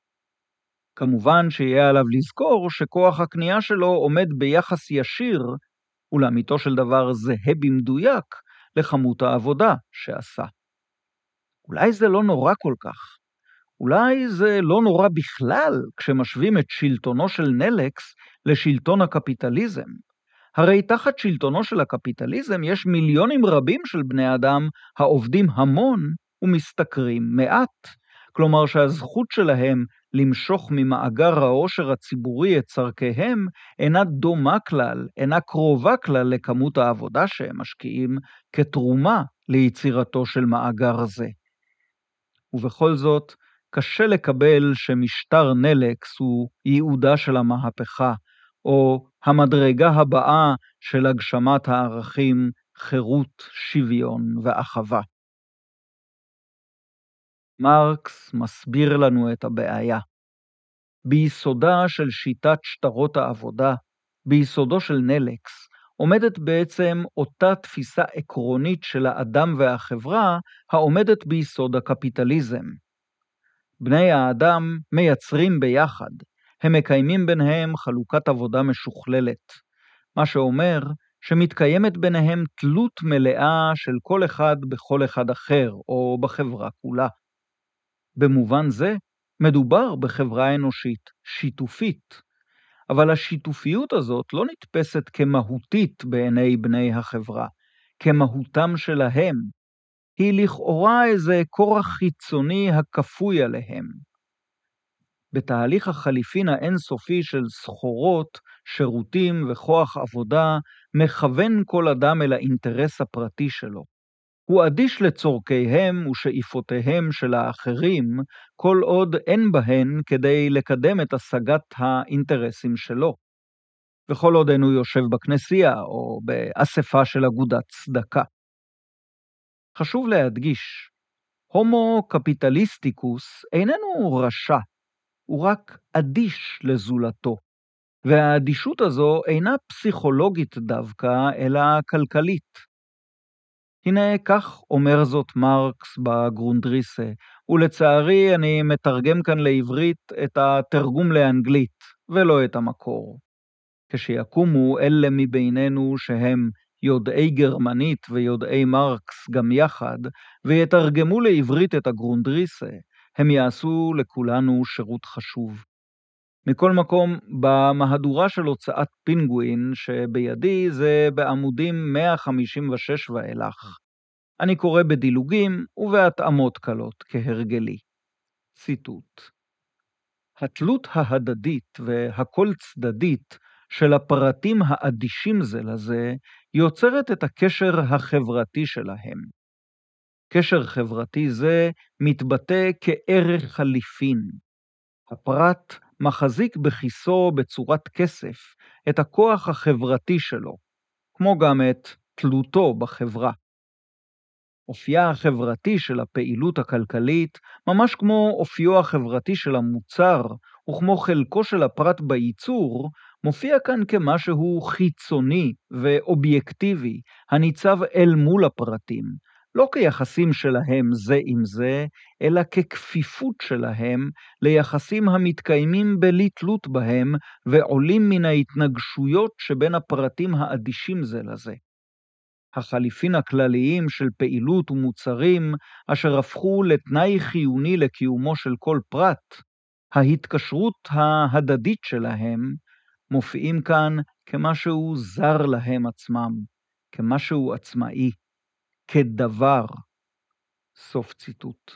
כמובן שיהיה עליו לזכור שכוח הקנייה שלו עומד ביחס ישיר, ולאמיתו של דבר זהה במדויק לכמות העבודה שעשה. אולי זה לא נורא כל כך. אולי זה לא נורא בכלל כשמשווים את שלטונו של נלקס לשלטון הקפיטליזם. הרי תחת שלטונו של הקפיטליזם יש מיליונים רבים של בני אדם העובדים המון ומשתכרים מעט. כלומר שהזכות שלהם למשוך ממאגר העושר הציבורי את צורכיהם אינה דומה כלל, אינה קרובה כלל לכמות העבודה שהם משקיעים כתרומה ליצירתו של מאגר זה. ובכל זאת, קשה לקבל שמשטר נלקס הוא ייעודה של המהפכה, או המדרגה הבאה של הגשמת הערכים חירות, שוויון ואחווה. מרקס מסביר לנו את הבעיה. ביסודה של שיטת שטרות העבודה, ביסודו של נלקס, עומדת בעצם אותה תפיסה עקרונית של האדם והחברה העומדת ביסוד הקפיטליזם. בני האדם מייצרים ביחד, הם מקיימים ביניהם חלוקת עבודה משוכללת, מה שאומר שמתקיימת ביניהם תלות מלאה של כל אחד בכל אחד אחר או בחברה כולה. במובן זה מדובר בחברה אנושית שיתופית, אבל השיתופיות הזאת לא נתפסת כמהותית בעיני בני החברה, כמהותם שלהם. היא לכאורה איזה כורח חיצוני הכפוי עליהם. בתהליך החליפין האינסופי של סחורות, שירותים וכוח עבודה, מכוון כל אדם אל האינטרס הפרטי שלו. הוא אדיש לצורכיהם ושאיפותיהם של האחרים, כל עוד אין בהן כדי לקדם את השגת האינטרסים שלו. וכל עוד אינו יושב בכנסייה או באספה של אגודת צדקה. חשוב להדגיש, הומו קפיטליסטיקוס איננו רשע, הוא רק אדיש לזולתו, והאדישות הזו אינה פסיכולוגית דווקא, אלא כלכלית. הנה כך אומר זאת מרקס בגרונדריסה, ולצערי אני מתרגם כאן לעברית את התרגום לאנגלית, ולא את המקור. כשיקומו אלה מבינינו שהם יודעי גרמנית ויודעי מרקס גם יחד, ויתרגמו לעברית את הגרונדריסה, הם יעשו לכולנו שירות חשוב. מכל מקום, במהדורה של הוצאת פינגווין שבידי זה בעמודים 156 ואילך. אני קורא בדילוגים ובהתאמות קלות כהרגלי. ציטוט: התלות ההדדית והכל צדדית של הפרטים האדישים זה לזה יוצרת את הקשר החברתי שלהם. קשר חברתי זה מתבטא כערך חליפין. הפרט מחזיק בכיסו בצורת כסף את הכוח החברתי שלו, כמו גם את תלותו בחברה. אופייה החברתי של הפעילות הכלכלית, ממש כמו אופיו החברתי של המוצר, וכמו חלקו של הפרט בייצור, מופיע כאן כמשהו חיצוני ואובייקטיבי, הניצב אל מול הפרטים, לא כיחסים שלהם זה עם זה, אלא ככפיפות שלהם ליחסים המתקיימים בלי תלות בהם, ועולים מן ההתנגשויות שבין הפרטים האדישים זה לזה. החליפין הכלליים של פעילות ומוצרים, אשר הפכו לתנאי חיוני לקיומו של כל פרט, ההתקשרות ההדדית שלהם, מופיעים כאן כמשהו זר להם עצמם, כמשהו עצמאי, כדבר. סוף ציטוט.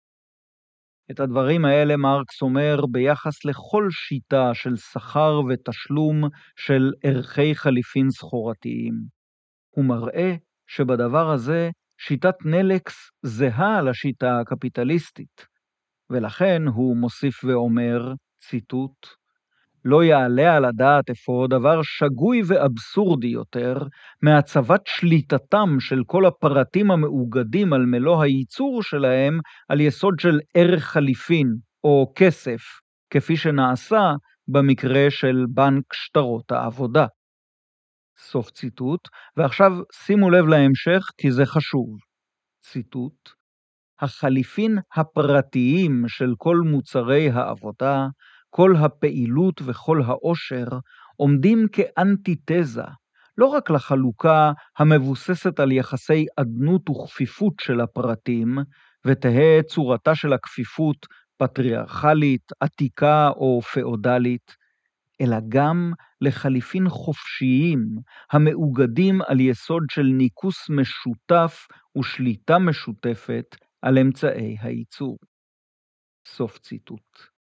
את הדברים האלה מרקס אומר ביחס לכל שיטה של שכר ותשלום של ערכי חליפין סחורתיים. הוא מראה שבדבר הזה שיטת נלקס זהה לשיטה הקפיטליסטית, ולכן הוא מוסיף ואומר, ציטוט, לא יעלה על הדעת אפוא דבר שגוי ואבסורדי יותר מהצבת שליטתם של כל הפרטים המאוגדים על מלוא הייצור שלהם על יסוד של ערך חליפין או כסף, כפי שנעשה במקרה של בנק שטרות העבודה. סוף ציטוט, ועכשיו שימו לב להמשך כי זה חשוב. ציטוט: החליפין הפרטיים של כל מוצרי העבודה, כל הפעילות וכל העושר, עומדים כאנטיתזה, לא רק לחלוקה המבוססת על יחסי עדנות וכפיפות של הפרטים, ותהא צורתה של הכפיפות פטריארכלית, עתיקה או פאודלית, אלא גם לחליפין חופשיים, המאוגדים על יסוד של ניכוס משותף ושליטה משותפת על אמצעי הייצור. סוף ציטוט.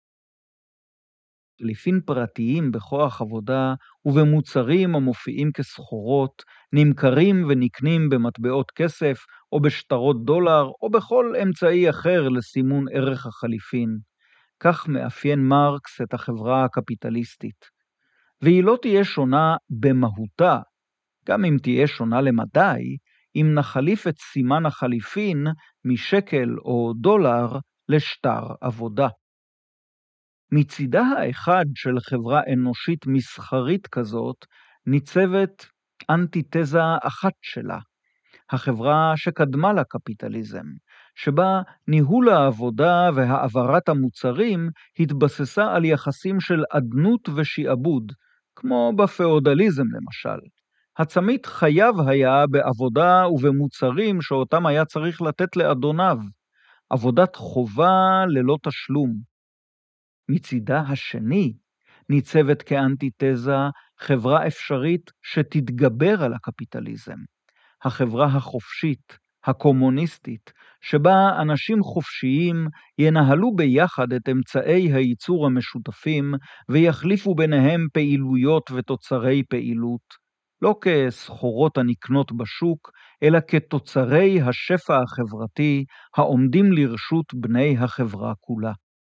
חליפין פרטיים בכוח עבודה ובמוצרים המופיעים כסחורות, נמכרים ונקנים במטבעות כסף או בשטרות דולר או בכל אמצעי אחר לסימון ערך החליפין. כך מאפיין מרקס את החברה הקפיטליסטית. והיא לא תהיה שונה במהותה, גם אם תהיה שונה למדי, אם נחליף את סימן החליפין משקל או דולר לשטר עבודה. מצידה האחד של חברה אנושית מסחרית כזאת, ניצבת אנטיתזה אחת שלה, החברה שקדמה לקפיטליזם, שבה ניהול העבודה והעברת המוצרים התבססה על יחסים של עדנות ושיעבוד, כמו בפאודליזם למשל. הצמית חייב היה בעבודה ובמוצרים שאותם היה צריך לתת לאדוניו, עבודת חובה ללא תשלום. מצידה השני ניצבת כאנטיתזה חברה אפשרית שתתגבר על הקפיטליזם, החברה החופשית, הקומוניסטית, שבה אנשים חופשיים ינהלו ביחד את אמצעי הייצור המשותפים ויחליפו ביניהם פעילויות ותוצרי פעילות, לא כסחורות הנקנות בשוק, אלא כתוצרי השפע החברתי העומדים לרשות בני החברה כולה.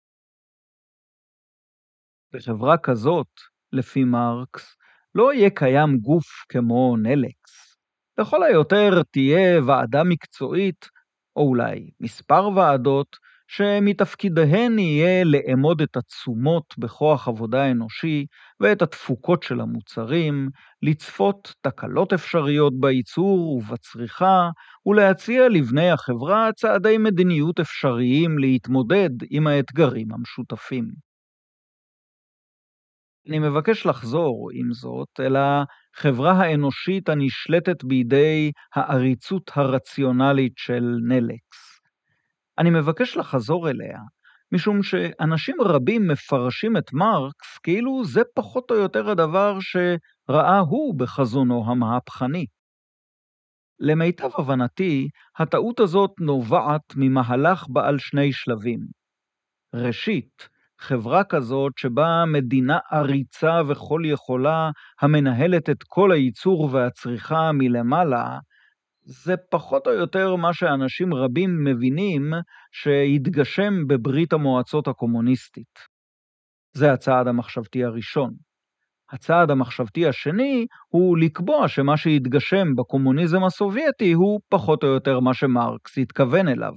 בחברה כזאת, לפי מרקס, לא יהיה קיים גוף כמו נלקס. לכל היותר תהיה ועדה מקצועית או אולי מספר ועדות שמתפקידיהן יהיה לאמוד את התשומות בכוח עבודה אנושי ואת התפוקות של המוצרים, לצפות תקלות אפשריות בייצור ובצריכה, ולהציע לבני החברה צעדי מדיניות אפשריים להתמודד עם האתגרים המשותפים. אני מבקש לחזור, עם זאת, אל החברה האנושית הנשלטת בידי העריצות הרציונלית של נלקס. אני מבקש לחזור אליה, משום שאנשים רבים מפרשים את מרקס כאילו זה פחות או יותר הדבר שראה הוא בחזונו המהפכני. למיטב הבנתי, הטעות הזאת נובעת ממהלך בעל שני שלבים. ראשית, חברה כזאת שבה מדינה עריצה וכל יכולה המנהלת את כל הייצור והצריכה מלמעלה, זה פחות או יותר מה שאנשים רבים מבינים שהתגשם בברית המועצות הקומוניסטית. זה הצעד המחשבתי הראשון. הצעד המחשבתי השני הוא לקבוע שמה שהתגשם בקומוניזם הסובייטי הוא פחות או יותר מה שמרקס התכוון אליו.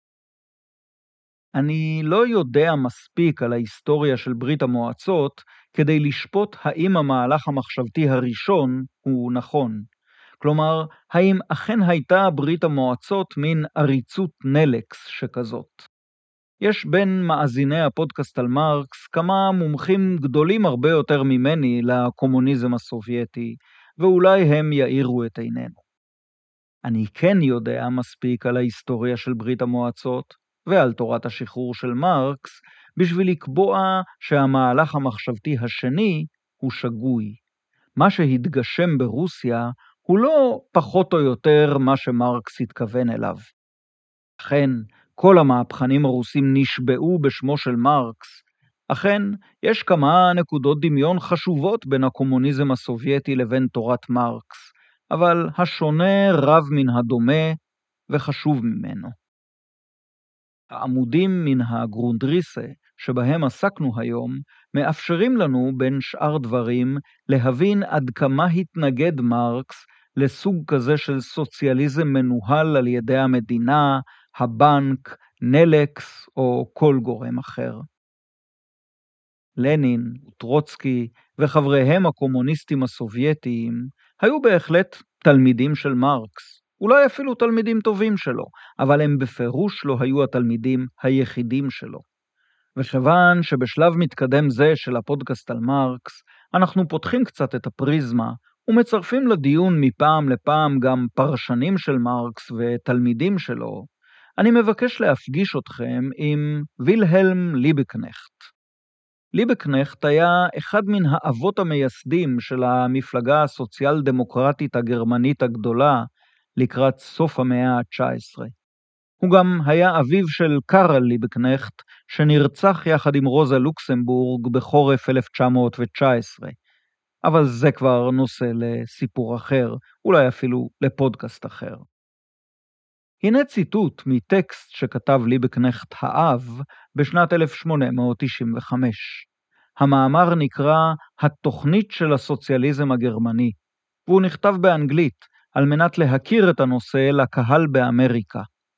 אני לא יודע מספיק על ההיסטוריה של ברית המועצות כדי לשפוט האם המהלך המחשבתי הראשון הוא נכון. כלומר, האם אכן הייתה ברית המועצות מין עריצות נלקס שכזאת. יש בין מאזיני הפודקאסט על מרקס כמה מומחים גדולים הרבה יותר ממני לקומוניזם הסובייטי, ואולי הם יאירו את עינינו. אני כן יודע מספיק על ההיסטוריה של ברית המועצות ועל תורת השחרור של מרקס, בשביל לקבוע שהמהלך המחשבתי השני הוא שגוי. מה שהתגשם ברוסיה הוא לא פחות או יותר מה שמרקס התכוון אליו. אכן, כל המהפכנים הרוסים נשבעו בשמו של מרקס. אכן, יש כמה נקודות דמיון חשובות בין הקומוניזם הסובייטי לבין תורת מרקס, אבל השונה רב מן הדומה וחשוב ממנו. העמודים מן הגרונדריסה שבהם עסקנו היום מאפשרים לנו בין שאר דברים להבין עד כמה התנגד מרקס לסוג כזה של סוציאליזם מנוהל על ידי המדינה, הבנק, נלקס או כל גורם אחר. לנין, טרוצקי וחבריהם הקומוניסטים הסובייטיים היו בהחלט תלמידים של מרקס, אולי אפילו תלמידים טובים שלו, אבל הם בפירוש לא היו התלמידים היחידים שלו. וכיוון שבשלב מתקדם זה של הפודקאסט על מרקס, אנחנו פותחים קצת את הפריזמה ומצרפים לדיון מפעם לפעם גם פרשנים של מרקס ותלמידים שלו, אני מבקש להפגיש אתכם עם וילהלם ליבקנכט. ליבקנכט היה אחד מן האבות המייסדים של המפלגה הסוציאל-דמוקרטית הגרמנית הגדולה לקראת סוף המאה ה-19. הוא גם היה אביו של קרל ליבקנכט, שנרצח יחד עם רוזה לוקסמבורג בחורף 1919. אבל זה כבר נושא לסיפור אחר, אולי אפילו לפודקאסט אחר. הנה ציטוט מטקסט שכתב ליבקנכט האב בשנת 1895. המאמר נקרא התוכנית של הסוציאליזם הגרמני, והוא נכתב באנגלית על מנת להכיר את הנושא לקהל באמריקה.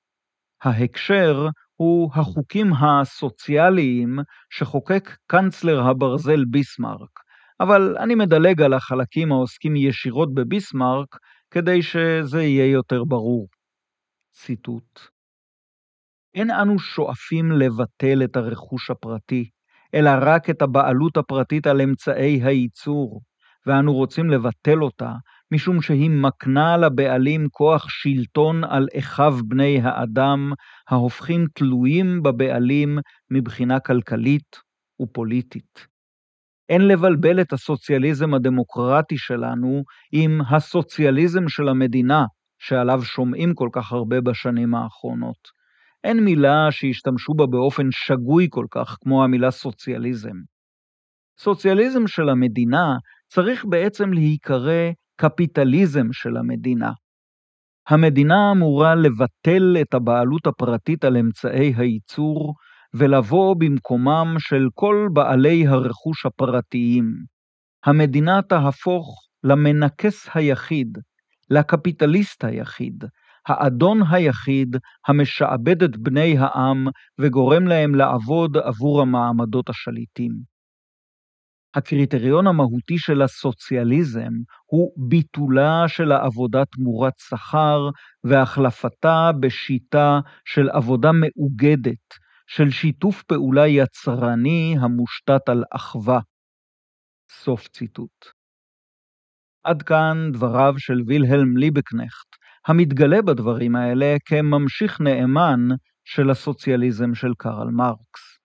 ההקשר הוא החוקים הסוציאליים שחוקק קנצלר הברזל ביסמרק, אבל אני מדלג על החלקים העוסקים ישירות בביסמרק כדי שזה יהיה יותר ברור. ציטוט: אין אנו שואפים לבטל את הרכוש הפרטי, אלא רק את הבעלות הפרטית על אמצעי הייצור, ואנו רוצים לבטל אותה, משום שהיא מקנה לבעלים כוח שלטון על אחיו בני האדם, ההופכים תלויים בבעלים מבחינה כלכלית ופוליטית. אין לבלבל את הסוציאליזם הדמוקרטי שלנו עם הסוציאליזם של המדינה, שעליו שומעים כל כך הרבה בשנים האחרונות. אין מילה שהשתמשו בה באופן שגוי כל כך כמו המילה סוציאליזם. סוציאליזם של המדינה צריך בעצם להיקרא קפיטליזם של המדינה. המדינה אמורה לבטל את הבעלות הפרטית על אמצעי הייצור ולבוא במקומם של כל בעלי הרכוש הפרטיים. המדינה תהפוך למנקס היחיד, לקפיטליסט היחיד, האדון היחיד המשעבד את בני העם וגורם להם לעבוד עבור המעמדות השליטים. הקריטריון המהותי של הסוציאליזם הוא ביטולה של העבודה תמורת שכר והחלפתה בשיטה של עבודה מאוגדת, של שיתוף פעולה יצרני המושתת על אחווה. סוף ציטוט. עד כאן דבריו של וילהלם ליבקנכט, המתגלה בדברים האלה כממשיך נאמן של הסוציאליזם של קרל מרקס.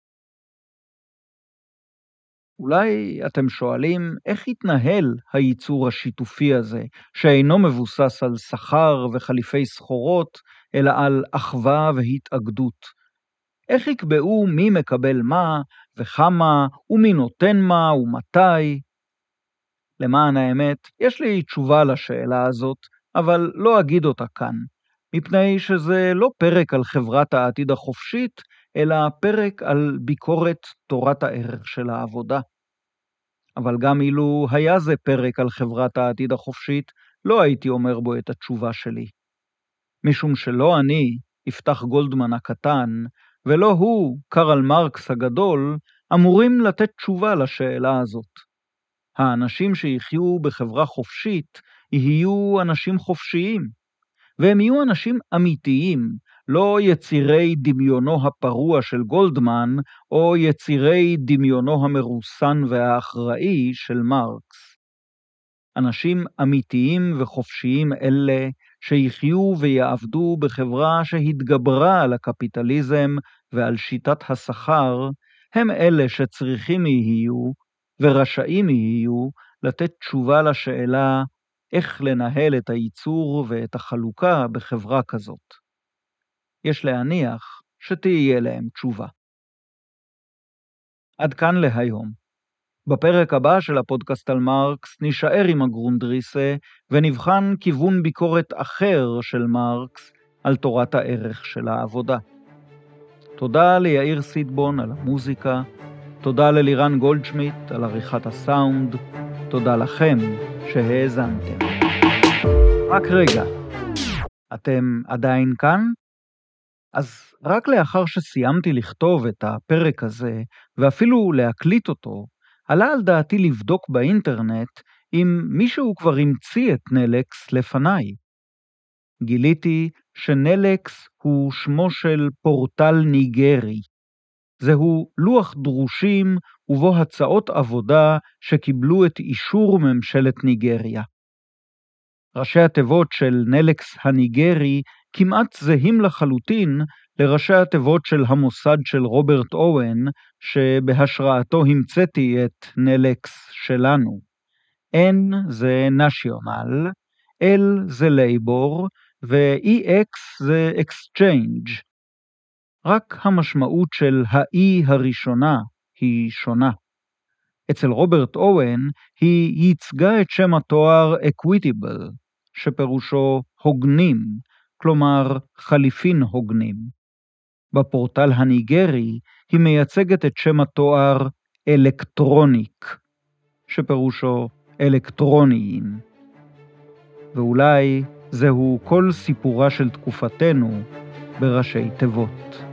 אולי אתם שואלים איך התנהל הייצור השיתופי הזה, שאינו מבוסס על שכר וחליפי סחורות, אלא על אחווה והתאגדות. איך יקבעו מי מקבל מה וכמה ומי נותן מה ומתי? למען האמת, יש לי תשובה לשאלה הזאת, אבל לא אגיד אותה כאן, מפני שזה לא פרק על חברת העתיד החופשית, אלא פרק על ביקורת תורת הערך של העבודה. אבל גם אילו היה זה פרק על חברת העתיד החופשית, לא הייתי אומר בו את התשובה שלי. משום שלא אני, יפתח גולדמן הקטן, ולא הוא, קרל מרקס הגדול, אמורים לתת תשובה לשאלה הזאת. האנשים שיחיו בחברה חופשית יהיו אנשים חופשיים, והם יהיו אנשים אמיתיים, לא יצירי דמיונו הפרוע של גולדמן, או יצירי דמיונו המרוסן והאחראי של מרקס. אנשים אמיתיים וחופשיים אלה שיחיו ויעבדו בחברה שהתגברה על הקפיטליזם ועל שיטת השכר, הם אלה שצריכים יהיו ורשאים יהיו לתת תשובה לשאלה איך לנהל את הייצור ואת החלוקה בחברה כזאת. יש להניח שתהיה להם תשובה. עד כאן להיום. בפרק הבא של הפודקאסט על מרקס נשאר עם הגרונדריסה ונבחן כיוון ביקורת אחר של מרקס על תורת הערך של העבודה. תודה ליאיר סיטבון על המוזיקה, תודה ללירן גולדשמיט על עריכת הסאונד, תודה לכם שהאזנתם. רק רגע, אתם עדיין כאן? אז רק לאחר שסיימתי לכתוב את הפרק הזה, ואפילו להקליט אותו, עלה על דעתי לבדוק באינטרנט אם מישהו כבר המציא את נלקס לפניי. גיליתי שנלקס הוא שמו של פורטל ניגרי. זהו לוח דרושים ובו הצעות עבודה שקיבלו את אישור ממשלת ניגריה. ראשי התיבות של נלקס הניגרי כמעט זהים לחלוטין לראשי התיבות של המוסד של רוברט אוון, שבהשראתו המצאתי את נלקס שלנו. N זה national, L זה labor, ו-EX זה exchange. רק המשמעות של ה-E הראשונה היא שונה. אצל רוברט אוון היא ייצגה את שם התואר equitable, שפירושו הוגנים, כלומר חליפין הוגנים. בפורטל הניגרי היא מייצגת את שם התואר אלקטרוניק, שפירושו אלקטרוניים. ואולי זהו כל סיפורה של תקופתנו בראשי תיבות.